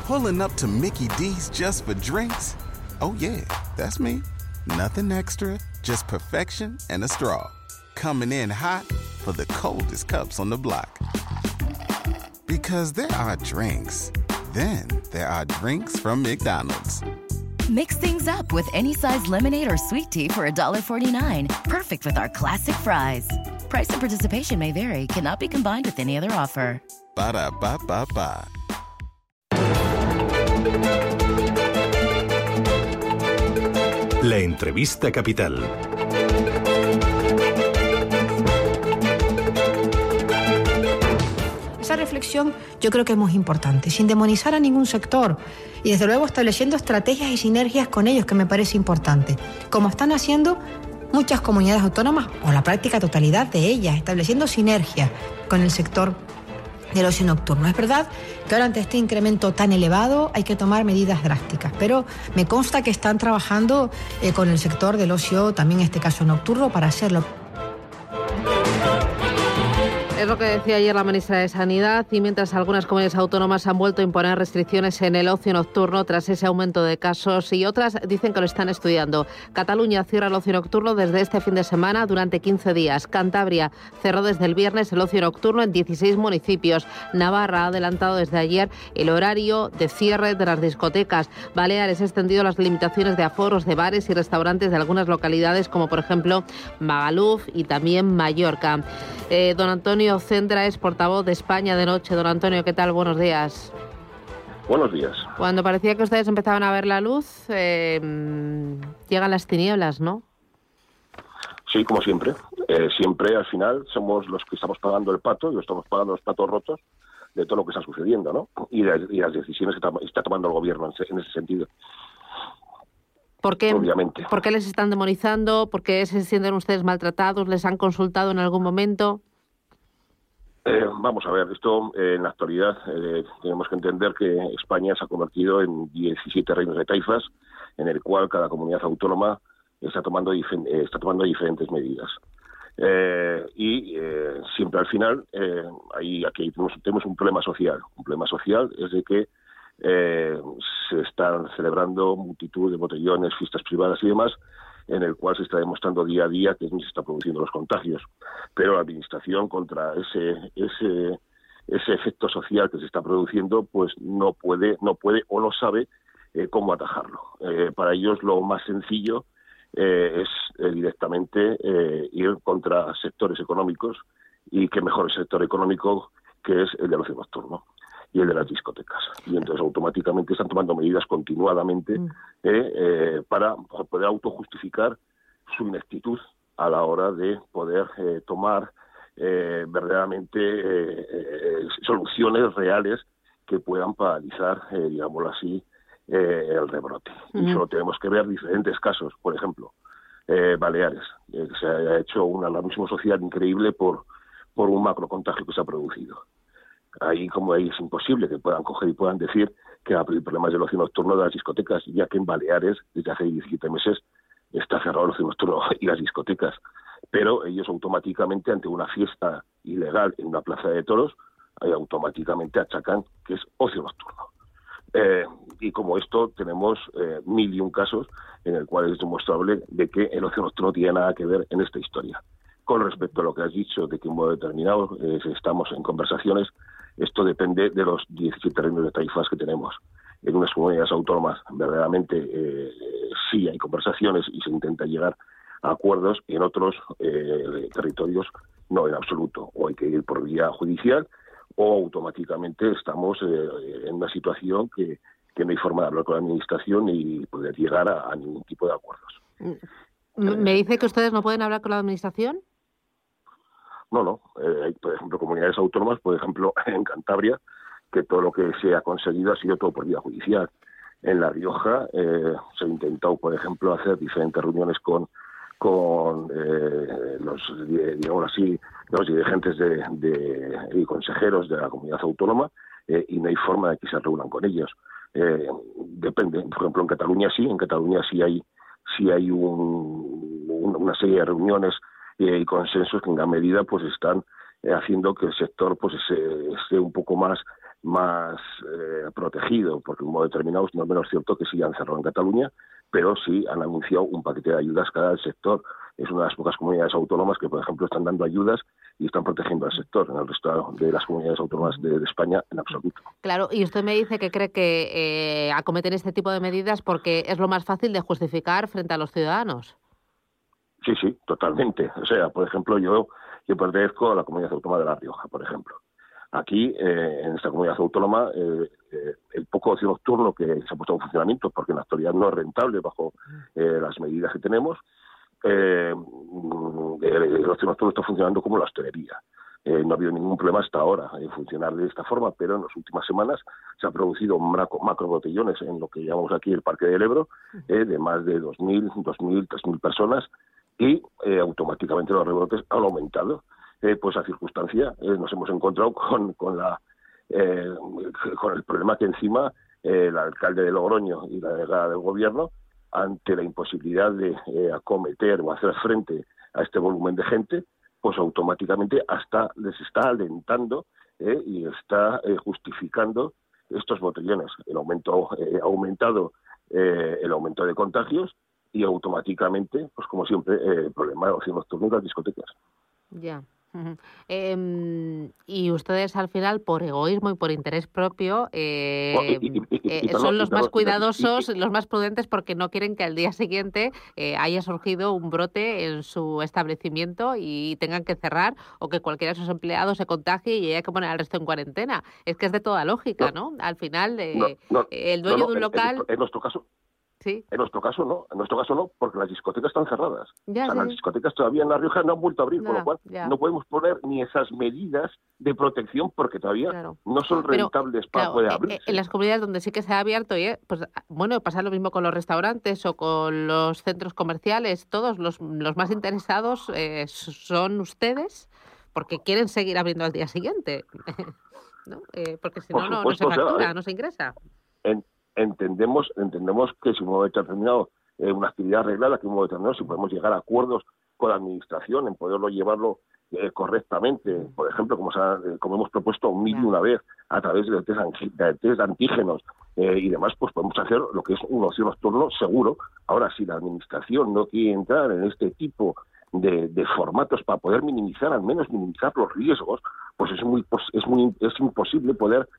Pulling up to Mickey D's just for drinks? Oh yeah, that's me. Nothing extra, just perfection and a straw. Coming in hot for the coldest cups on the block. Because there are drinks. Then there are drinks from McDonald's. Mix things up with any size lemonade or sweet tea for $1.49. Perfect with our classic fries. Price and participation may vary. Cannot be combined with any other offer. Ba-da-ba-ba-ba. La entrevista capital. Esa reflexión yo creo que es muy importante, sin demonizar a ningún sector y desde luego estableciendo estrategias y sinergias con ellos, que me parece importante, como están haciendo muchas comunidades autónomas o la práctica totalidad de ellas, estableciendo sinergias con el sector del ocio nocturno. Es verdad que ahora ante este incremento tan elevado hay que tomar medidas drásticas, pero me consta que están trabajando con el sector del ocio, también en este caso nocturno, para hacerlo. Es lo que decía ayer la ministra de Sanidad, y mientras algunas comunidades autónomas han vuelto a imponer restricciones en el ocio nocturno tras ese aumento de casos, y otras dicen que lo están estudiando. Cataluña cierra el ocio nocturno desde este fin de semana durante 15 días. Cantabria cerró desde el viernes el ocio nocturno en 16 municipios. Navarra ha adelantado desde ayer el horario de cierre de las discotecas. Baleares ha extendido las limitaciones de aforos de bares y restaurantes de algunas localidades, como por ejemplo Magaluf y también Mallorca. Don Antonio Cendra es portavoz de España de Noche. Don Antonio, ¿qué tal? Buenos días. Buenos días. Cuando parecía que ustedes empezaban a ver la luz, llegan las tinieblas, ¿no? Sí, como siempre. Siempre al final somos los que estamos pagando el pato, y lo estamos pagando los platos rotos de todo lo que está sucediendo, ¿no? Y las decisiones que está tomando el gobierno en ese sentido. ¿Por qué? Obviamente. ¿Por qué les están demonizando? ¿Por qué se sienten ustedes maltratados? ¿Les han consultado en algún momento? Vamos a ver, esto en la actualidad tenemos que entender que España se ha convertido en 17 reinos de taifas, en el cual cada comunidad autónoma está tomando diferentes medidas. Siempre al final, aquí tenemos un problema social. Un problema social es de que se están celebrando multitud de botellones, fiestas privadas y demás, en el cual se está demostrando día a día que se están produciendo los contagios. Pero la administración, contra ese efecto social que se está produciendo, pues no puede o no sabe cómo atajarlo. Para ellos lo más sencillo es directamente ir contra sectores económicos, y qué mejor el sector económico que es el del ocio nocturno y el de las discotecas. Y entonces automáticamente están tomando medidas continuadamente para poder autojustificar su ineptitud a la hora de poder tomar verdaderamente soluciones reales que puedan paralizar, digámoslo así, el rebrote. Y solo tenemos que ver diferentes casos. Por ejemplo, Baleares. Se ha hecho un alarmismo social increíble por un macrocontagio que se ha producido. Ahí es imposible que puedan coger y puedan decir que el problema es del ocio nocturno de las discotecas, ya que en Baleares desde hace 17 meses está cerrado el ocio nocturno y las discotecas. Pero ellos automáticamente, ante una fiesta ilegal en una plaza de toros, automáticamente achacan que es ocio nocturno. Y como esto tenemos 1001 casos en el cual es demostrable de que el ocio nocturno no tiene nada que ver en esta historia. Con respecto a lo que has dicho de que en un modo determinado estamos en conversaciones, esto depende de los 17 reinos de taifas que tenemos. En unas comunidades autónomas verdaderamente sí hay conversaciones y se intenta llegar a acuerdos, y en otros territorios no, en absoluto. O hay que ir por vía judicial, o automáticamente estamos en una situación que no hay forma de hablar con la administración y poder llegar a ningún tipo de acuerdos. ¿Me dice que ustedes no pueden hablar con la administración? No. Hay, por ejemplo, comunidades autónomas, por ejemplo, en Cantabria, que todo lo que se ha conseguido ha sido todo por vía judicial. En La Rioja se ha intentado, por ejemplo, hacer diferentes reuniones con los dirigentes y consejeros de la comunidad autónoma, y no hay forma de que se reúnan con ellos. Depende. Por ejemplo, en Cataluña sí hay una serie de reuniones y consensos que en gran medida pues están haciendo que el sector pues esté un poco más más protegido, porque en un modo determinado no es menos cierto que sí han cerrado en Cataluña, pero sí han anunciado un paquete de ayudas cada sector. Es una de las pocas comunidades autónomas que, por ejemplo, están dando ayudas y están protegiendo al sector. En el resto de las comunidades autónomas de España, en absoluto. Claro, y usted me dice que cree que acometen este tipo de medidas porque es lo más fácil de justificar frente a los ciudadanos. Sí, totalmente. O sea, por ejemplo, yo pertenezco a la comunidad autónoma de La Rioja, por ejemplo. Aquí, en esta comunidad autónoma, el poco ocio nocturno que se ha puesto en funcionamiento, porque en la actualidad no es rentable bajo las medidas que tenemos, el ocio nocturno está funcionando como la hostelería. No ha habido ningún problema hasta ahora en funcionar de esta forma, pero en las últimas semanas se han producido macro botellones en lo que llamamos aquí el Parque del Ebro, de más de 2.000, 3.000 personas, y automáticamente los rebrotes han aumentado. Pues a circunstancia nos hemos encontrado con el problema que encima el alcalde de Logroño y la delegada del gobierno, ante la imposibilidad de acometer o hacer frente a este volumen de gente, pues automáticamente hasta les está alentando y está justificando estos botellones. Ha aumentado el aumento de contagios y automáticamente, pues como siempre, el problema de ocio nocturno en las discotecas. Ya. Y ustedes al final, por egoísmo y por interés propio, son los más cuidadosos, los más prudentes, porque no quieren que al día siguiente haya surgido un brote en su establecimiento y tengan que cerrar, o que cualquiera de sus empleados se contagie y haya que poner al resto en cuarentena. Es que es de toda lógica, ¿no? Al final, el dueño de un local... En nuestro caso... Sí. En nuestro caso no, porque las discotecas están cerradas. Ya, Las discotecas todavía en La Rioja no han vuelto a abrir, con lo cual no podemos poner ni esas medidas de protección porque todavía no son rentables para poder abrir. En las comunidades donde sí que se ha abierto, pues bueno, pasa lo mismo con los restaurantes o con los centros comerciales. Todos los más interesados son ustedes, porque quieren seguir abriendo al día siguiente, ¿no? Porque si no se factura, no se ingresa. Entendemos que si hemos determinado una actividad arreglada, que hemos determinado si podemos llegar a acuerdos con la administración en poderlo llevarlo correctamente, por ejemplo, como hemos propuesto mil y una vez a través de test de antígenos y demás, pues podemos hacer lo que es un ocio nocturno seguro. Ahora, si la administración no quiere entrar en este tipo de formatos para poder al menos minimizar los riesgos, pues es imposible poder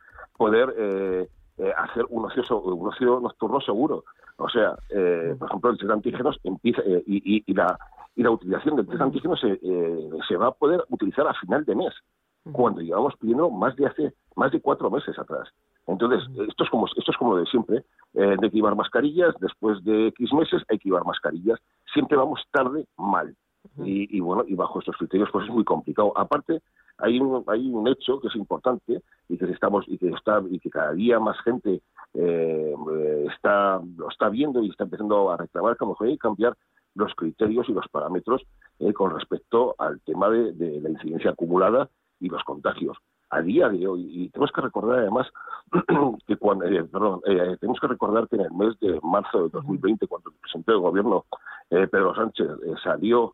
hacer un ocio nocturno seguro. O sea, por ejemplo, el test de antígenos empieza y la utilización del test de antígenos se va a poder utilizar a final de mes, cuando llevamos pidiendo más de 4 meses atrás. Entonces, esto es como de siempre, de que llevar mascarillas, después de X meses hay que llevar mascarillas, siempre vamos tarde, mal. Y bajo estos criterios pues es muy complicado. Aparte, hay un hecho que es importante y que cada día más gente lo está viendo y está empezando a reclamar que a lo mejor hay que cambiar los criterios y los parámetros con respecto al tema de la incidencia acumulada y los contagios. A día de hoy, y tenemos que recordar además que tenemos que recordar que en el mes de marzo de 2020, cuando el presidente del gobierno Pedro Sánchez salió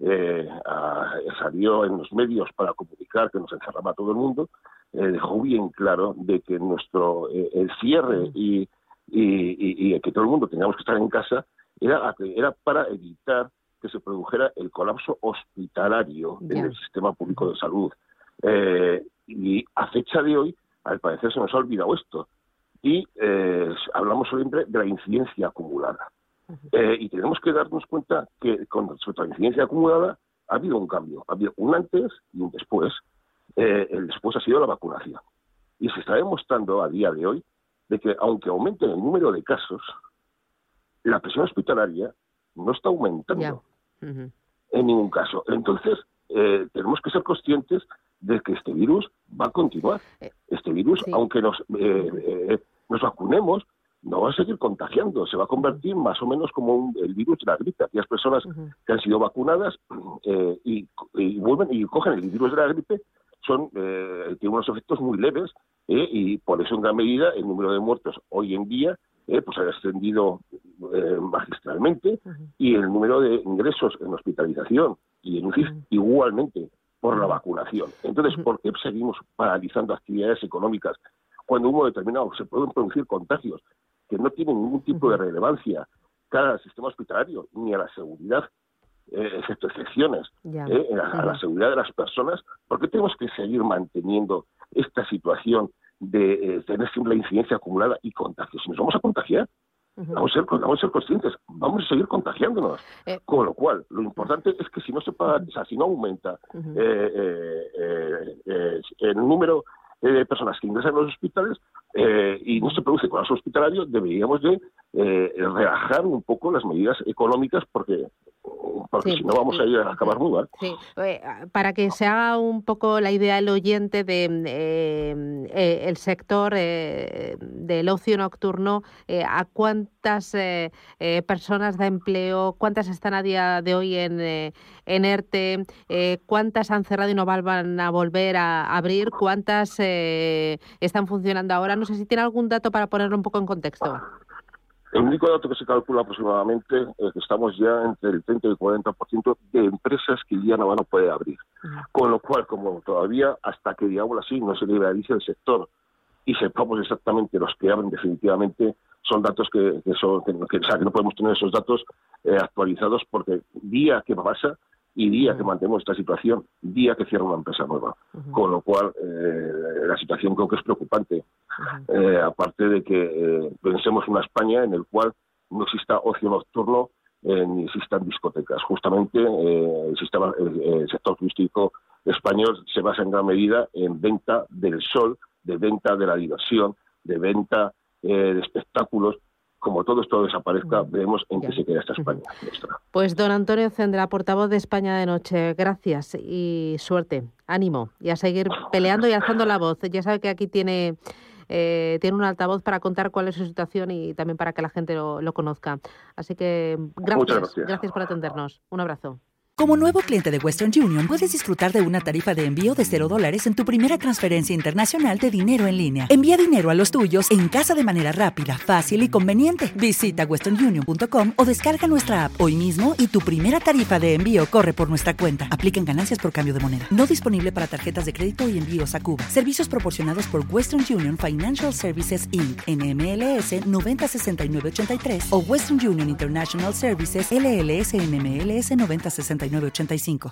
en los medios para comunicar que nos encerraba a todo el mundo, dejó bien claro de que el cierre y que todo el mundo teníamos que estar en casa era para evitar que se produjera el colapso hospitalario en el sistema público de salud. Y a fecha de hoy, al parecer se nos ha olvidado esto. Y hablamos siempre de la incidencia acumulada. Y tenemos que darnos cuenta que con respecto a la incidencia acumulada ha habido un cambio, ha habido un antes y un después. El después ha sido la vacunación. Y se está demostrando a día de hoy de que aunque aumente el número de casos, la presión hospitalaria no está aumentando en ningún caso. Entonces, tenemos que ser conscientes de que este virus va a continuar. Este virus, aunque nos vacunemos, no va a seguir contagiando, se va a convertir más o menos como el virus de la gripe. Aquellas personas que han sido vacunadas y vuelven y cogen el virus de la gripe tienen unos efectos muy leves y por eso en gran medida el número de muertos hoy en día pues ha descendido magistralmente y el número de ingresos en hospitalización y en UCI igualmente por la vacunación. Entonces, ¿por qué seguimos paralizando actividades económicas cuando hubo determinado se pueden producir contagios que no tienen ningún tipo de relevancia cara al sistema hospitalario ni a la seguridad, excepto excepciones, a la seguridad de las personas, ¿por qué tenemos que seguir manteniendo esta situación de tener siempre la incidencia acumulada y contagios? Si nos vamos a contagiar, vamos a ser conscientes, vamos a seguir contagiándonos. Con lo cual, lo importante es que si no se paga, o sea, si no aumenta el número de personas que ingresan a los hospitales y no se produce colapso hospitalario, deberíamos de relajar un poco las medidas económicas porque si no vamos a ir a acabar muy mal. Sí. Para que se haga un poco la idea el oyente de el sector del ocio nocturno, ¿a cuántas personas da empleo? ¿Cuántas están a día de hoy en ERTE? ¿Cuántas han cerrado y no van a volver a abrir? ¿Cuántas están funcionando ahora? No sé si tiene algún dato para ponerlo un poco en contexto. El único dato que se calcula aproximadamente es que estamos ya entre el 30 y el 40% de empresas que ya no van a poder abrir. Con lo cual, como todavía, hasta que, digamos así, no se liberalice el sector y sepamos exactamente los que abren definitivamente, son datos que no podemos tener esos datos actualizados porque día que pasa y día que mantenemos esta situación, día que cierra una empresa nueva. Con lo cual, la situación creo que es preocupante. Aparte de que pensemos en una España en el cual no exista ocio nocturno ni existan discotecas. Justamente el sector turístico español se basa en gran medida en venta del sol, de venta de la diversión, de venta de espectáculos. Como todo esto desaparezca, veremos en qué se queda esta España nuestra. Pues don Antonio Cendra, portavoz de España de Noche, gracias y suerte, ánimo y a seguir peleando y alzando la voz. Ya sabe que aquí tiene un altavoz para contar cuál es su situación y también para que la gente lo conozca. Así que gracias por atendernos. Un abrazo. Como nuevo cliente de Western Union, puedes disfrutar de una tarifa de envío de $0 en tu primera transferencia internacional de dinero en línea. Envía dinero a los tuyos en casa de manera rápida, fácil y conveniente. Visita westernunion.com o descarga nuestra app hoy mismo y tu primera tarifa de envío corre por nuestra cuenta. Aplican ganancias por cambio de moneda. No disponible para tarjetas de crédito y envíos a Cuba. Servicios proporcionados por Western Union Financial Services Inc. NMLS 906983 o Western Union International Services LLS NMLS 906985.